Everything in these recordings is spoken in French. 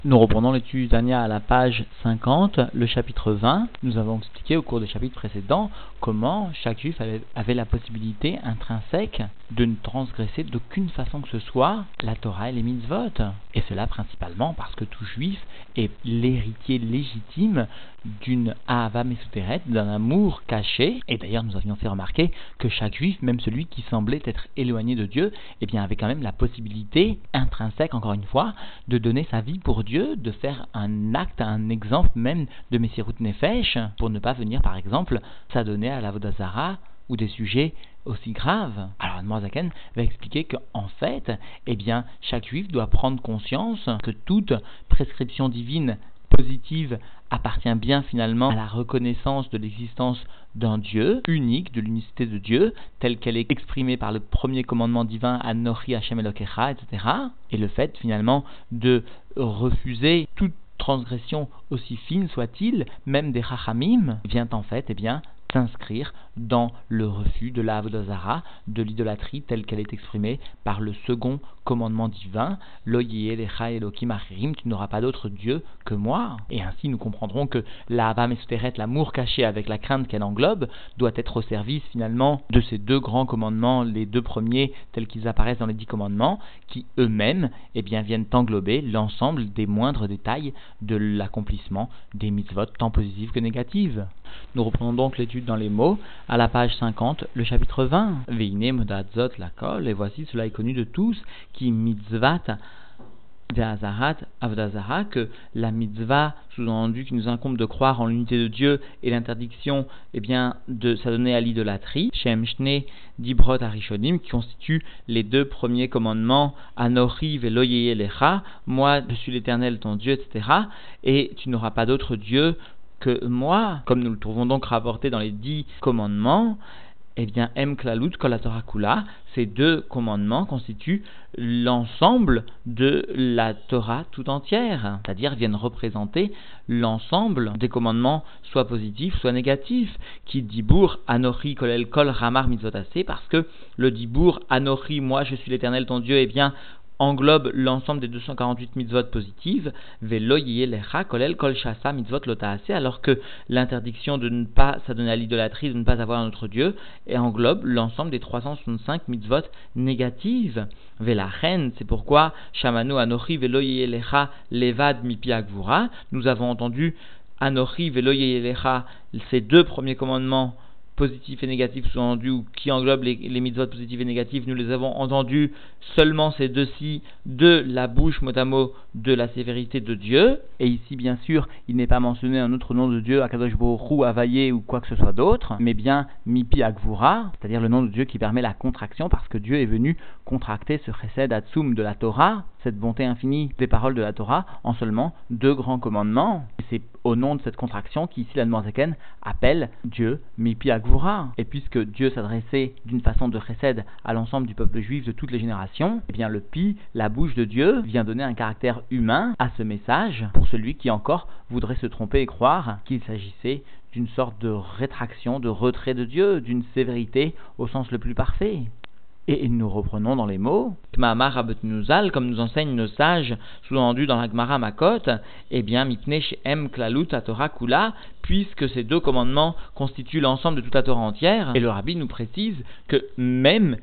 Nous reprenons l'étude d'Ania à la page 50, le chapitre 20. Nous avons expliqué au cours des chapitres précédents comment chaque juif avait la possibilité intrinsèque de ne transgresser d'aucune façon que ce soit la Torah et les mitzvot. Et cela principalement parce que tout juif est l'héritier légitime d'une Ahava Mesuteret, d'un amour caché. Et d'ailleurs nous avions fait remarquer que chaque juif, même celui qui semblait être éloigné de Dieu, avait quand même la possibilité intrinsèque, encore une fois, de donner sa vie pour Dieu, de faire un acte, un exemple même de Messirut Nefesh, pour ne pas venir par exemple s'adonner à la l'Avodah Zara ou des sujets aussi graves. Alors Admor Zaken va expliquer qu'en fait, chaque juif doit prendre conscience que toute prescription divine positive appartient bien finalement à la reconnaissance de l'existence d'un Dieu unique, de l'unicité de Dieu, telle qu'elle est exprimée par le premier commandement divin Anochi Hashem Elokecha, etc. Et le fait finalement de refuser toute transgression aussi fine soit-il, même des Chachamim, vient en fait s'inscrire dans le refus de la Avodah Zara, de l'idolâtrie telle qu'elle est exprimée par le second commandement divin, Lo yeh lecha Elokim acherim, tu n'auras pas d'autre Dieu que moi. Et ainsi nous comprendrons que la Ahava Mesuteret, l'amour caché avec la crainte qu'elle englobe, doit être au service finalement de ces deux grands commandements, les deux premiers tels qu'ils apparaissent dans les 10 commandements, qui eux-mêmes viennent englober l'ensemble des moindres détails de l'accomplissement des mitzvot tant positives que négatives. Nous reprenons donc l'étude dans les mots, à la page 50, le chapitre 20. Veine modadzot lakol, et voici cela est connu de tous, qui mitzvat d'Azarat, Avdazara, que la mitzvah, sous-entendu qui nous incombe de croire en l'unité de Dieu, et l'interdiction, de s'adonner à l'idolâtrie, Shem Shne Dibrot Arishonim, qui constituent les deux premiers commandements, Anochi Velo Yeh Lecha, moi je suis l'Éternel ton Dieu, etc., et tu n'auras pas d'autre Dieu que moi, comme nous le trouvons donc rapporté dans les 10 commandements. Em Klalut Kol HaTorah Kula, ces deux commandements constituent l'ensemble de la Torah tout entière, c'est-à-dire viennent représenter l'ensemble des commandements, soit positifs, soit négatifs, qui Dibour Anochi Kolel Kol Ramar Mitzvotase, parce que le Dibour Anochi, moi je suis l'Éternel ton Dieu, englobe l'ensemble des 248 mitzvot positives, Velo Yeh Lecha Kolel Kol Shasa Mitzvot Lotaase, alors que l'interdiction de ne pas s'adonner à l'idolâtrie, de ne pas avoir un autre Dieu, englobe l'ensemble des 365 mitzvot négatives. Velachen, c'est pourquoi Shamanu Anochi Velo Yeh Lecha Levad Mipi Agvura, nous avons entendu Anochi Velo Yeh Lecha, ces deux premiers commandements positifs et négatifs sous-entendus, ou qui englobent les mitzvot positifs et négatifs, nous les avons entendus seulement ces deux-ci de la bouche mot à mot de la sévérité de Dieu. Et ici, bien sûr, il n'est pas mentionné un autre nom de Dieu, Akadosh Baruch Hu, Havaye ou quoi que ce soit d'autre, mais bien Mipi Agvura, c'est-à-dire le nom de Dieu qui permet la contraction, parce que Dieu est venu contracter ce chesed atzum de la Torah, cette bonté infinie des paroles de la Torah, en seulement 2 grands commandements. Et c'est au nom de cette contraction qu'ici l'Admor Zaken appelle Dieu Mipi Agvura. Et puisque Dieu s'adressait d'une façon de chesed à l'ensemble du peuple juif de toutes les générations, le pi, la bouche de Dieu, vient donner un caractère humain à ce message pour celui qui encore voudrait se tromper et croire qu'il s'agissait d'une sorte de rétraction, de retrait de Dieu, d'une sévérité au sens le plus parfait. Et nous reprenons dans les mots, Kma'amar Rabbeinu, comme nous enseignent nos sages, sous-entendu dans la Gemara Makot, Mipnei She'em Klalut HaTorah Kula, puisque ces 2 commandements constituent l'ensemble de toute la Torah entière. Et le Rabbi nous précise que même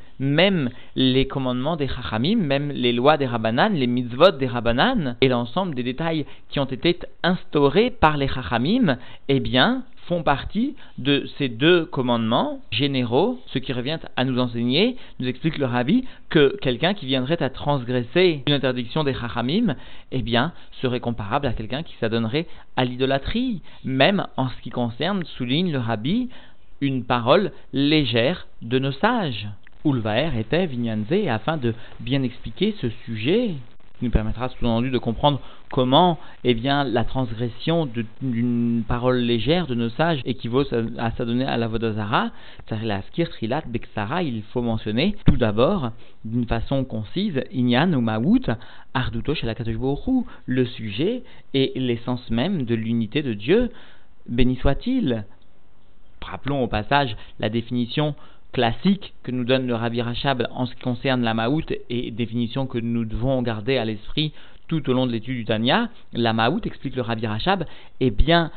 les commandements des Chachamim, même les lois des Rabbanan, les mitzvot des Rabbanan, et l'ensemble des détails qui ont été instaurés par les Chachamim, font partie de ces 2 commandements généraux, ce qui revient à nous enseigner, nous explique le Rabbi, que quelqu'un qui viendrait à transgresser une interdiction des Chachamim, serait comparable à quelqu'un qui s'adonnerait à l'idolâtrie, même en ce qui concerne, souligne le Rabbi, une parole légère de nos sages. Ulvaer était Vinyanze, afin de bien expliquer ce sujet, qui nous permettra sous-entendu de comprendre comment la transgression d'une parole légère de nos sages équivaut à s'adonner à l'Avodah Zara. La skir trilat beksara, il faut mentionner tout d'abord d'une façon concise Inyan ou Maout Arduto chez la Kadosh Baruch Hu, le sujet et l'essence même de l'unité de Dieu, béni soit-il. Rappelons au passage la définition classique que nous donne le Rabbi Rachab en ce qui concerne la Maout, et définition que nous devons garder à l'esprit tout au long de l'étude du Tanya, la Maout, explique le Rabbi Rachab, est bien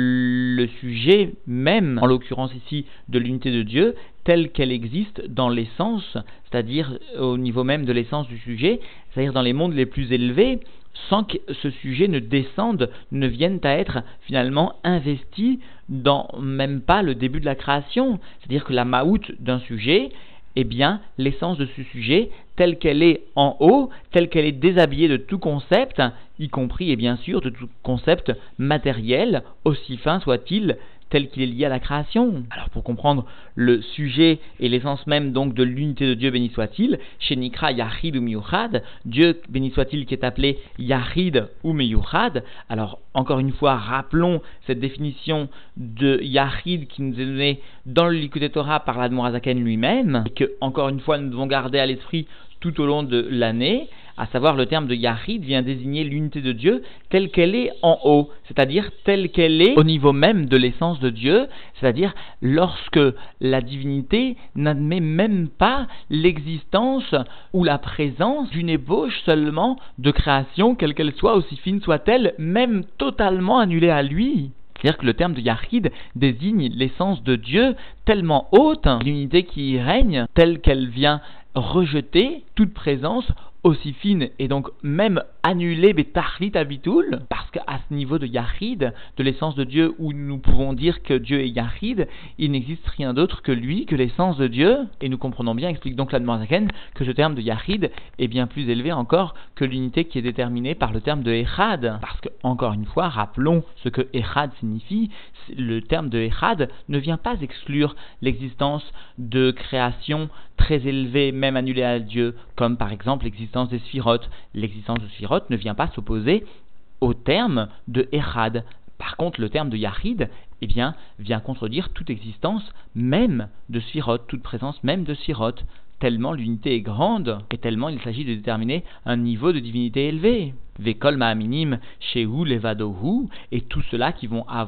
le sujet même, en l'occurrence ici, de l'unité de Dieu, telle qu'elle existe dans l'essence, c'est-à-dire au niveau même de l'essence du sujet, c'est-à-dire dans les mondes les plus élevés, sans que ce sujet ne descende, ne vienne à être finalement investi dans même pas le début de la création. C'est-à-dire que la Maout d'un sujet, eh bien, l'essence de ce sujet, telle qu'elle est en haut, telle qu'elle est déshabillée de tout concept, y compris et bien sûr de tout concept matériel, aussi fin soit-il, tel qu'il est lié à la création. Alors pour comprendre le sujet et l'essence même donc de l'unité de Dieu, béni soit-il, chez Nikra Yachid ou Miyuchad, Dieu béni soit-il qui est appelé Yachid ou Miyuchad. Alors encore une fois, rappelons cette définition de Yachid qui nous est donnée dans le Likutei Torah par l'Admor HaZaken lui-même, et que encore une fois nous devons garder à l'esprit tout au long de l'année, à savoir le terme de Yachid vient désigner l'unité de Dieu telle qu'elle est en haut, c'est-à-dire telle qu'elle est au niveau même de l'essence de Dieu, c'est-à-dire lorsque la divinité n'admet même pas l'existence ou la présence d'une ébauche seulement de création, quelle qu'elle soit, aussi fine soit-elle, même totalement annulée à lui. C'est-à-dire que le terme de Yachid désigne l'essence de Dieu tellement haute, l'unité qui y règne, telle qu'elle vient rejeter toute présence aussi fine et donc même annuler Betachlit Abitul, parce qu'à ce niveau de Yachid, de l'essence de Dieu, où nous pouvons dire que Dieu est Yachid, il n'existe rien d'autre que lui, que l'essence de Dieu, et nous comprenons bien, explique donc l'Admor HaZaken, que ce terme de Yachid est bien plus élevé encore que l'unité qui est déterminée par le terme de Echad, parce que, encore une fois, rappelons ce que Echad signifie, le terme de Echad ne vient pas exclure l'existence de créations très élevées, même annulées à Dieu, comme par exemple l'existence des Sphirot. L'existence de Sphirot ne vient pas s'opposer au terme de Echad. Par contre, le terme de Yachid, eh bien, vient contredire toute existence même de Sphirot, toute présence même de Sphirot, tellement l'unité est grande et tellement il s'agit de déterminer un niveau de divinité élevé. Vekol ma'aminim shehu levadohu, et tous ceux-là qui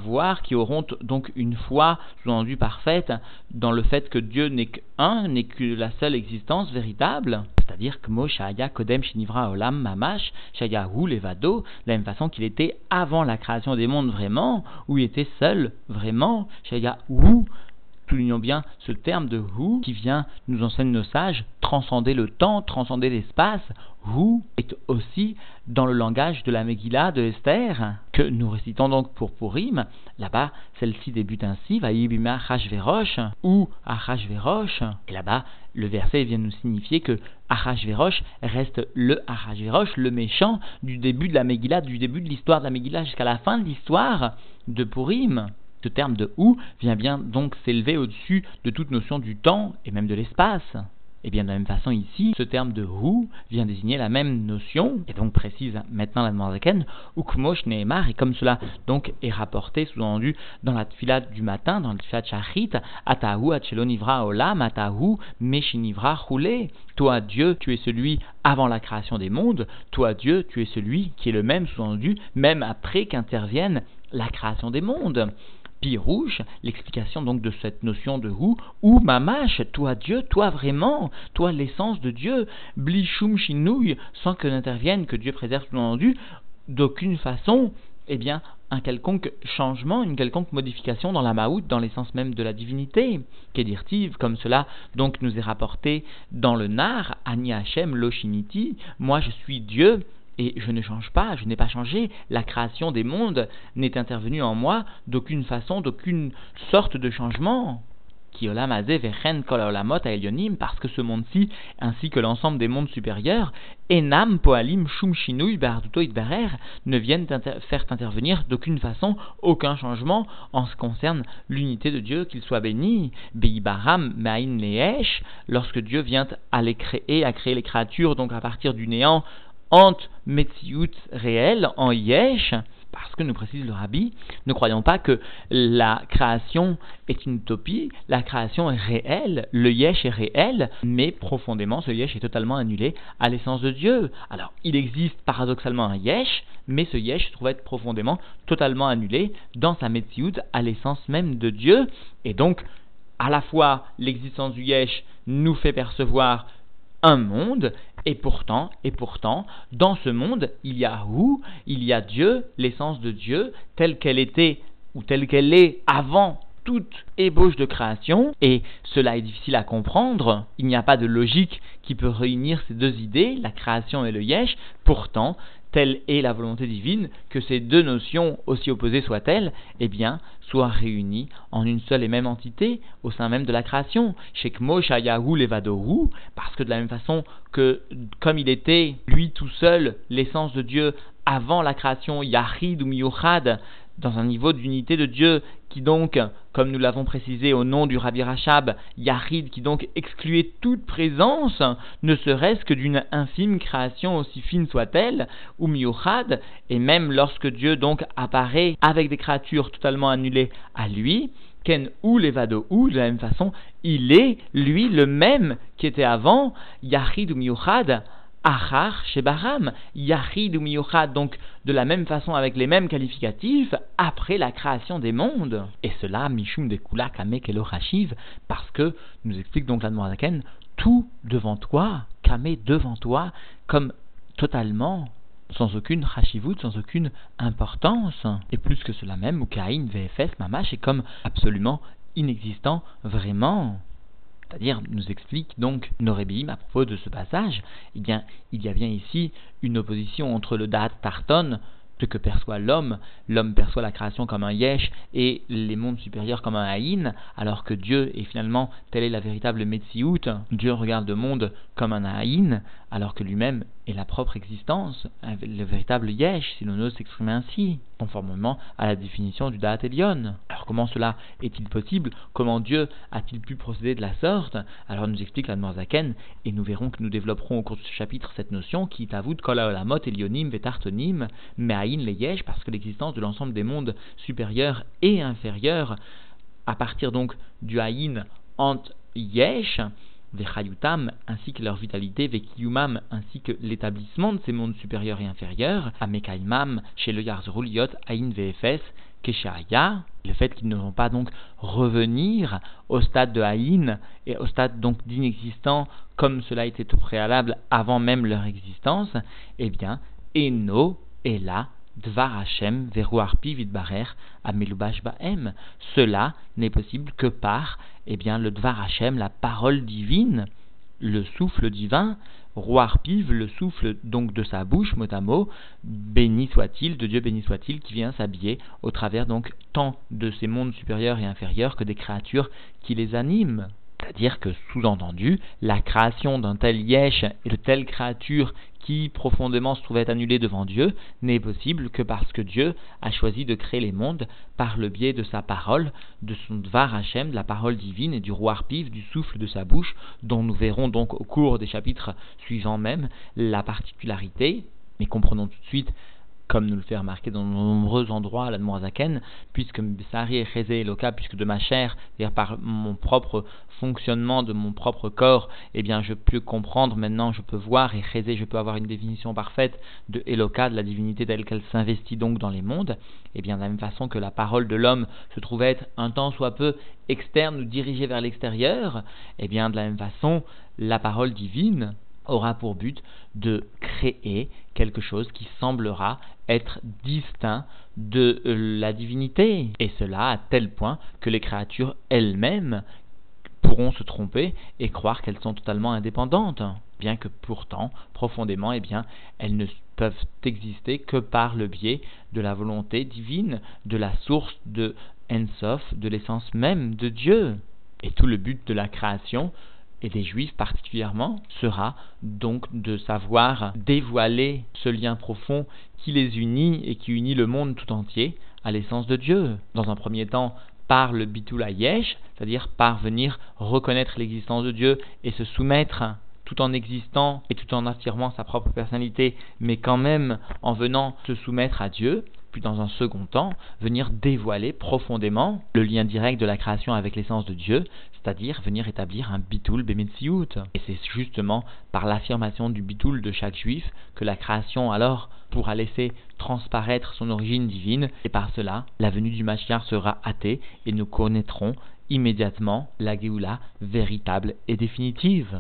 auront donc une foi sous-entendue parfaite dans le fait que Dieu n'est qu'un, n'est que la seule existence véritable, c'est-à-dire que Mo Shaya Kodem Shinivra Olam Mamash Shayahu Levado, de la même façon qu'il était avant la création des mondes vraiment, où il était seul vraiment, Shayahu. Soulignons bien ce terme de Hu qui vient, nous enseignent nos sages, transcender le temps, transcender l'espace. Hu est aussi dans le langage de la Megillah de Esther, que nous récitons donc pour Purim. Là-bas, celle-ci débute ainsi, Vaïbima Achashverosh, ou Achashverosh. Et là-bas, le verset vient nous signifier que Achashverosh reste le Achashverosh, le méchant, du début de la Megillah, du début de l'histoire de la Megillah jusqu'à la fin de l'histoire de Purim. Ce terme de « ou » vient bien donc s'élever au-dessus de toute notion du temps et même de l'espace. Et bien de la même façon ici, ce terme de « ou » vient désigner la même notion, et donc précise maintenant l'Admor HaZaken, « ukmosh ne'emar » et comme cela donc est rapporté, sous-entendu, dans la tefila du matin, dans la tefila de Shachrit, « Atahu atchelo nivra olam, atahu meshinivra chule » Toi Dieu, tu es celui avant la création des mondes, toi Dieu, tu es celui qui est le même, sous-entendu, même après qu'intervienne la création des mondes. Pirouche, l'explication donc de cette notion de Hu, ou Mamash, toi Dieu, toi vraiment, toi l'essence de Dieu, Blishum Shinouille, sans que n'intervienne, que Dieu préserve sous-entendu, d'aucune façon, eh bien, un quelconque changement, une quelconque modification dans la Maout, dans l'essence même de la divinité, Kedirtiv, comme cela donc nous est rapporté dans le Nar, Ani Hashem Loshiniti, moi je suis Dieu, et je ne change pas, je n'ai pas changé, la création des mondes n'est intervenue en moi d'aucune façon, d'aucune sorte de changement. Ki olam hazeh vechen kol haolamot haelyonim, parce que ce monde-ci, ainsi que l'ensemble des mondes supérieurs, enam poalim shum shinui be'arduto itbarer, ne viennent faire intervenir d'aucune façon aucun changement en ce qui concerne l'unité de Dieu, qu'il soit béni. Beibaram ma'in leesh, lorsque Dieu vient à créer les créatures, donc à partir du néant, ant metziut réel, en yesh, parce que nous précise le Rabbi, ne croyons pas que la création est une utopie, la création est réelle, le yesh est réel, mais profondément ce yesh est totalement annulé à l'essence de Dieu. Alors il existe paradoxalement un yesh, mais ce yesh se trouve être profondément, totalement annulé dans sa metziut à l'essence même de Dieu, et donc à la fois l'existence du yesh nous fait percevoir un monde, Et pourtant, dans ce monde, il y a il y a Dieu, l'essence de Dieu, telle qu'elle était ou telle qu'elle est avant toute ébauche de création, et cela est difficile à comprendre, il n'y a pas de logique qui peut réunir ces deux idées, la création et le yesh, pourtant, telle est la volonté divine, que ces deux notions, aussi opposées soient-elles, soient réunies en une seule et même entité, au sein même de la création. Shekmo Shayahu Levadohu, parce que de la même façon que, comme il était, lui tout seul, l'essence de Dieu, avant la création, Yahid ou Miyuchad, dans un niveau d'unité de Dieu qui donc, comme nous l'avons précisé au nom du Rabbi Rachab, Yahid, qui donc excluait toute présence, ne serait-ce que d'une infime création aussi fine soit-elle, ou Miyuchad, et même lorsque Dieu donc apparaît avec des créatures totalement annulées à lui, Ken ou Levado ou, de la même façon, il est, lui, le même qui était avant, Yahid ou Miyuchad, Achar Shebaram, Yahid ou Miyuchad, donc de la même façon avec les mêmes qualificatifs, après la création des mondes. Et cela, Mishum de Kula Kame Kelo Hashiv, parce que, nous explique donc l'Admorazaken, tout devant toi, Kame devant toi, comme totalement, sans aucune Hashivut, sans aucune importance. Et plus que cela même, ou Kain VFS Mamash est comme absolument inexistant, vraiment. C'est-à-dire, nous explique donc Norebim à propos de ce passage, il y a bien ici une opposition entre le Da'at Tarton, ce que perçoit l'homme perçoit la création comme un yesh et les mondes supérieurs comme un haïn, alors que Dieu est finalement, telle est la véritable Metsiout, Dieu regarde le monde comme un haïn, alors que lui-même est la propre existence, le véritable yesh, si l'on ose s'exprimer ainsi, conformément à la définition du Da'at Elyon. Alors comment cela est-il possible? Comment Dieu a-t-il pu procéder de la sorte? Alors nous explique l'Admorazaken, et nous verrons que nous développerons au cours de ce chapitre cette notion qui est à vous de Kol Haolamot Elyonim Vetartonim Me'aïn le yesh, parce que l'existence de l'ensemble des mondes supérieurs et inférieurs, à partir donc du haïn ant yesh, Vechayutam, ainsi que leur vitalité, Vekiyumam, ainsi que l'établissement de ces mondes supérieurs et inférieurs, Amekaimam, chez le Yarzruliot, Aïn VFS, Keshaya, le fait qu'ils ne vont pas donc revenir au stade de Haïn et au stade donc d'inexistant comme cela était au préalable avant même leur existence, Eno, Ela, Dvar Hashem, Veruar Pi Vidbarer, Amelubash Baem. Cela n'est possible que par le Dvar Hashem, la parole divine, le souffle divin, Ruar Piv, le souffle donc de sa bouche, mot à mot, béni soit-il, de Dieu béni soit-il, qui vient s'habiller au travers donc tant de ces mondes supérieurs et inférieurs que des créatures qui les animent. C'est-à-dire que, sous-entendu, la création d'un tel yesh et de telles créatures qui profondément se trouvaient annulées devant Dieu n'est possible que parce que Dieu a choisi de créer les mondes par le biais de sa parole, de son Dvar Hashem, de la parole divine et du Ruar Piv, du souffle de sa bouche, dont nous verrons donc au cours des chapitres suivants même la particularité, mais comprenons tout de suite, comme nous le fait remarquer dans de nombreux endroits à l'Admorazaken, puisque Bessari et Chezé Eloka, puisque de ma chair, c'est-à-dire par mon propre fonctionnement de mon propre corps, je peux comprendre maintenant, je peux voir, et Chezé, je peux avoir une définition parfaite de Eloka, de la divinité telle qu'elle s'investit donc dans les mondes, de la même façon que la parole de l'homme se trouvait être un tant soit peu externe ou dirigée vers l'extérieur, de la même façon, la parole divine aura pour but de créer quelque chose qui semblera être distinct de la divinité. Et cela à tel point que les créatures elles-mêmes pourront se tromper et croire qu'elles sont totalement indépendantes, bien que pourtant, profondément, elles ne peuvent exister que par le biais de la volonté divine, de la source de Ensof, de l'essence même de Dieu. Et tout le but de la création, et des Juifs particulièrement, sera donc de savoir dévoiler ce lien profond qui les unit et qui unit le monde tout entier à l'essence de Dieu. Dans un premier temps, par le Bitul HaYesh, c'est-à-dire par venir reconnaître l'existence de Dieu et se soumettre tout en existant et tout en affirmant sa propre personnalité, mais quand même en venant se soumettre à Dieu. Puis dans un second temps, venir dévoiler profondément le lien direct de la création avec l'essence de Dieu, c'est-à-dire venir établir un bitul bemetsiout. Et c'est justement par l'affirmation du bitul de chaque juif que la création alors pourra laisser transparaître son origine divine, et par cela, la venue du Mashiach sera hâtée, et nous connaîtrons immédiatement la Géoula véritable et définitive.